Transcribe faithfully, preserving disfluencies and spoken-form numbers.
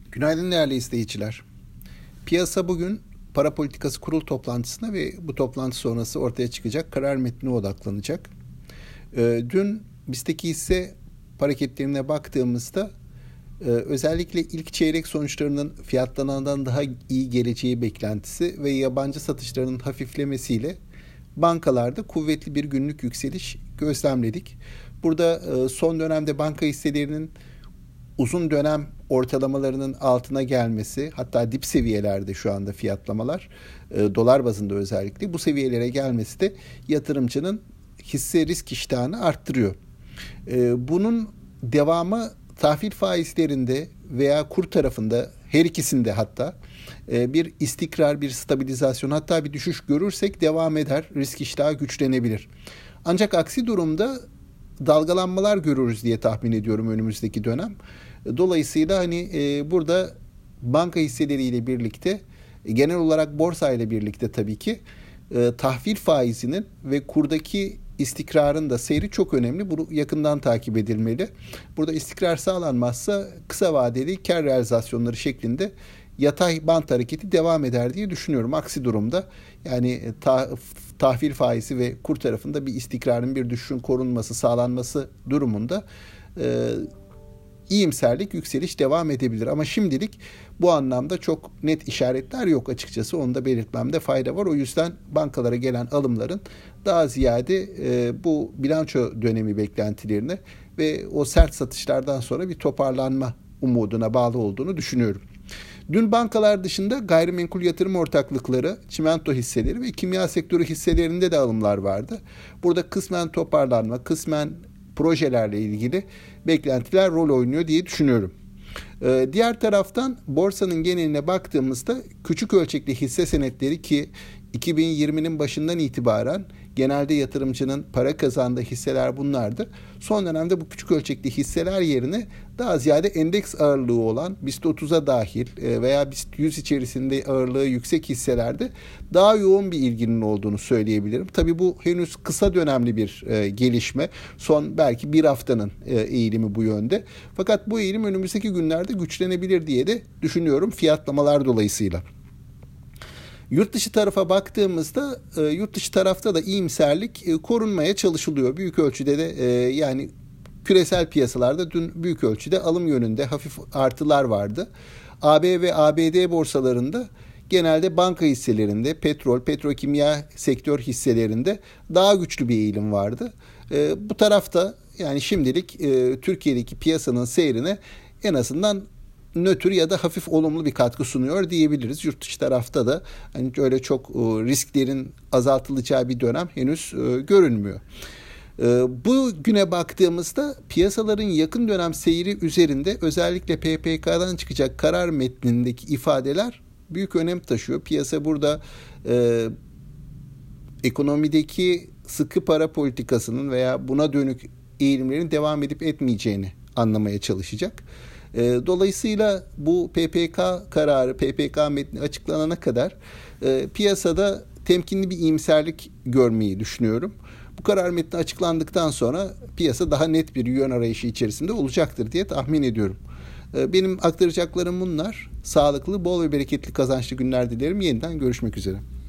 Günaydın değerli izleyiciler. Piyasa bugün para politikası kurul toplantısına ve bu toplantı sonrası ortaya çıkacak karar metnine odaklanacak. Ee, dün BIST'teki hisse hareketlerine baktığımızda e, özellikle ilk çeyrek sonuçlarının fiyatlanandan daha iyi geleceği beklentisi ve yabancı satışlarının hafiflemesiyle bankalarda kuvvetli bir günlük yükseliş gözlemledik. Burada e, son dönemde banka hisselerinin uzun dönem ortalamalarının altına gelmesi, hatta dip seviyelerde şu anda fiyatlamalar, e, dolar bazında özellikle bu seviyelere gelmesi de yatırımcının hisse risk iştahını arttırıyor. E, bunun devamı tahvil faizlerinde veya kur tarafında, her ikisinde hatta e, bir istikrar, bir stabilizasyon, hatta bir düşüş görürsek devam eder, risk iştahı güçlenebilir. Ancak aksi durumda dalgalanmalar görürüz diye tahmin ediyorum önümüzdeki dönem. Dolayısıyla hani e, burada banka hisseleriyle birlikte, genel olarak borsa ile birlikte tabii ki e, tahvil faizinin ve kurdaki istikrarın da seyri çok önemli. Bunu yakından takip edilmeli. Burada istikrar sağlanmazsa kısa vadeli kar realizasyonları şeklinde yatay bant hareketi devam eder diye düşünüyorum. Aksi durumda yani ta, tahvil faizi ve kur tarafında bir istikrarın, bir düşüşün korunması, sağlanması durumunda e, iyimserlik, yükseliş devam edebilir. Ama şimdilik bu anlamda çok net işaretler yok açıkçası. Onu da belirtmemde fayda var. O yüzden bankalara gelen alımların daha ziyade e, bu bilanço dönemi beklentilerine ve o sert satışlardan sonra bir toparlanma umuduna bağlı olduğunu düşünüyorum. Dün bankalar dışında gayrimenkul yatırım ortaklıkları, çimento hisseleri ve kimya sektörü hisselerinde de alımlar vardı. Burada kısmen toparlanma, kısmen projelerle ilgili beklentiler rol oynuyor diye düşünüyorum. Ee, diğer taraftan borsanın geneline baktığımızda küçük ölçekli hisse senetleri, ki iki bin yirminin başından itibaren genelde yatırımcının para kazandığı hisseler bunlardı. Son dönemde bu küçük ölçekli hisseler yerine daha ziyade endeks ağırlığı olan BIST otuza dahil veya BIST yüz içerisinde ağırlığı yüksek hisselerde daha yoğun bir ilginin olduğunu söyleyebilirim. Tabii bu henüz kısa dönemli bir gelişme. Son belki bir haftanın eğilimi bu yönde. Fakat bu eğilim önümüzdeki günlerde güçlenebilir diye de düşünüyorum fiyatlamalar dolayısıyla. Yurt dışı tarafa baktığımızda e, yurt dışı tarafta da iyimserlik e, korunmaya çalışılıyor. Büyük ölçüde de e, yani küresel piyasalarda dün büyük ölçüde alım yönünde hafif artılar vardı. A B ve A B D borsalarında genelde banka hisselerinde, petrol, petrokimya sektör hisselerinde daha güçlü bir eğilim vardı. E, bu tarafta yani şimdilik e, Türkiye'deki piyasanın seyrine en azından nötr ya da hafif olumlu bir katkı sunuyor diyebiliriz. Yurt dışı tarafta da hani öyle çok risklerin azaltılacağı bir dönem henüz görünmüyor. Bugüne baktığımızda piyasaların yakın dönem seyri üzerinde özellikle P P K'dan çıkacak karar metnindeki ifadeler büyük önem taşıyor. Piyasa burada e, ekonomideki sıkı para politikasının veya buna dönük eğilimlerin devam edip etmeyeceğini anlamaya çalışacak. Dolayısıyla bu P P K kararı, P P K metni açıklanana kadar e, piyasada temkinli bir iyimserlik görmeyi düşünüyorum. Bu karar metni açıklandıktan sonra piyasa daha net bir yön arayışı içerisinde olacaktır diye tahmin ediyorum. E, benim aktaracaklarım bunlar. Sağlıklı, bol ve bereketli kazançlı günler dilerim. Yeniden görüşmek üzere.